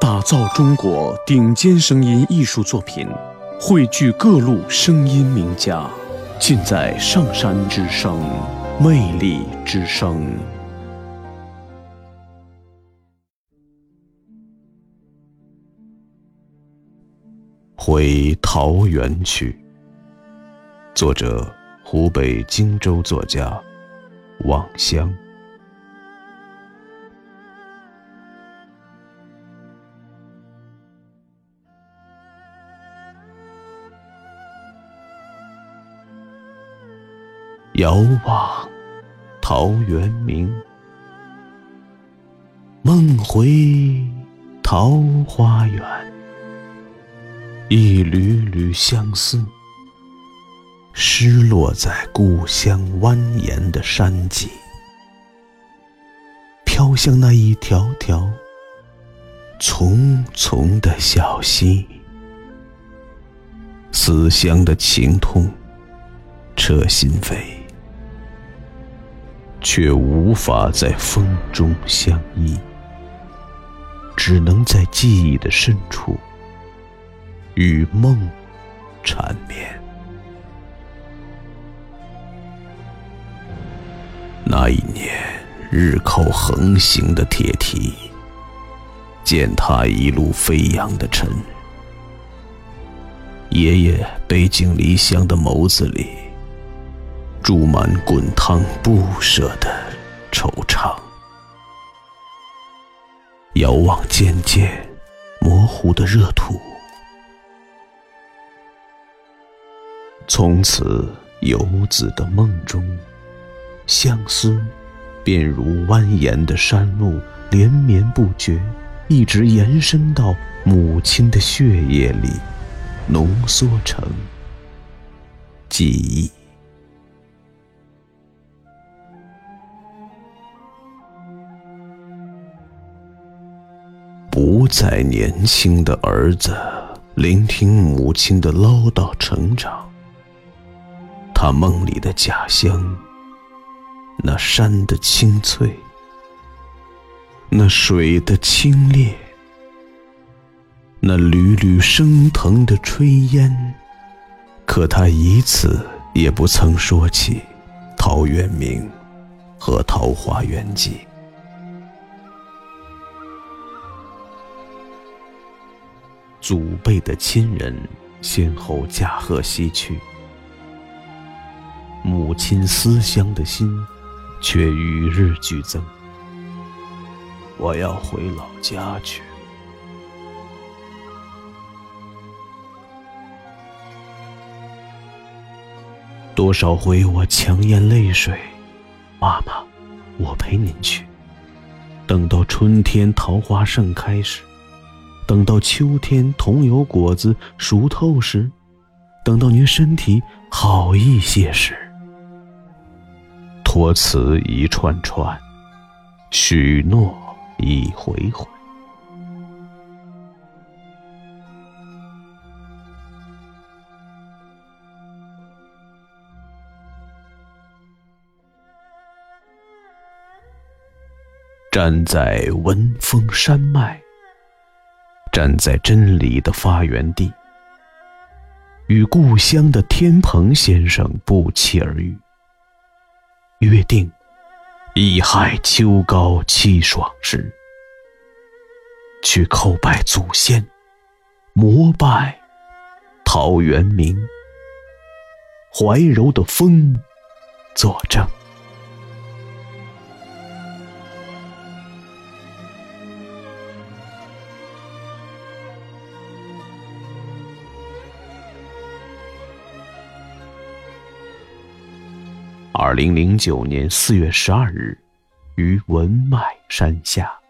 打造中国顶尖声音艺术作品，汇聚各路声音名家，尽在上山之声，魅力之声。 回桃源去，作者湖北荆州作家望乡。遥望桃源明，梦回桃花源。一缕缕相思，失落在故乡蜿蜒的山脊，飘向那一条条丛丛的小溪。思乡的情痛彻心扉，却无法在风中相依，只能在记忆的深处与梦缠绵。那一年，日寇横行的铁蹄，践踏一路飞扬的尘。爷爷背井离乡的眸子里，注满滚烫不舍的惆怅。遥望渐渐模糊的热土，从此游子的梦中，相思便如蜿蜒的山路，连绵不绝，一直延伸到母亲的血液里，浓缩成记忆。不再年轻的儿子，聆听母亲的唠叨成长。他梦里的家乡，那山的青翠，那水的清冽，那缕缕升腾的炊烟，可他一次也不曾说起陶渊明和《桃花源记》。祖辈的亲人先后驾鹤西去，母亲思乡的心却与日俱增。我要回老家去。多少回我强咽泪水，妈妈，我陪您去。等到春天桃花盛开时，等到秋天桐油果子熟透时，等到您身体好一些时，托辞一串串，许诺一回回。站在文峰山脉，站在真理的发源地，与故乡的天蓬先生不期而遇，约定乙亥秋高气爽时，去叩拜祖先，膜拜陶渊明。怀柔的风作证。2009年4月12日，于文迈山下。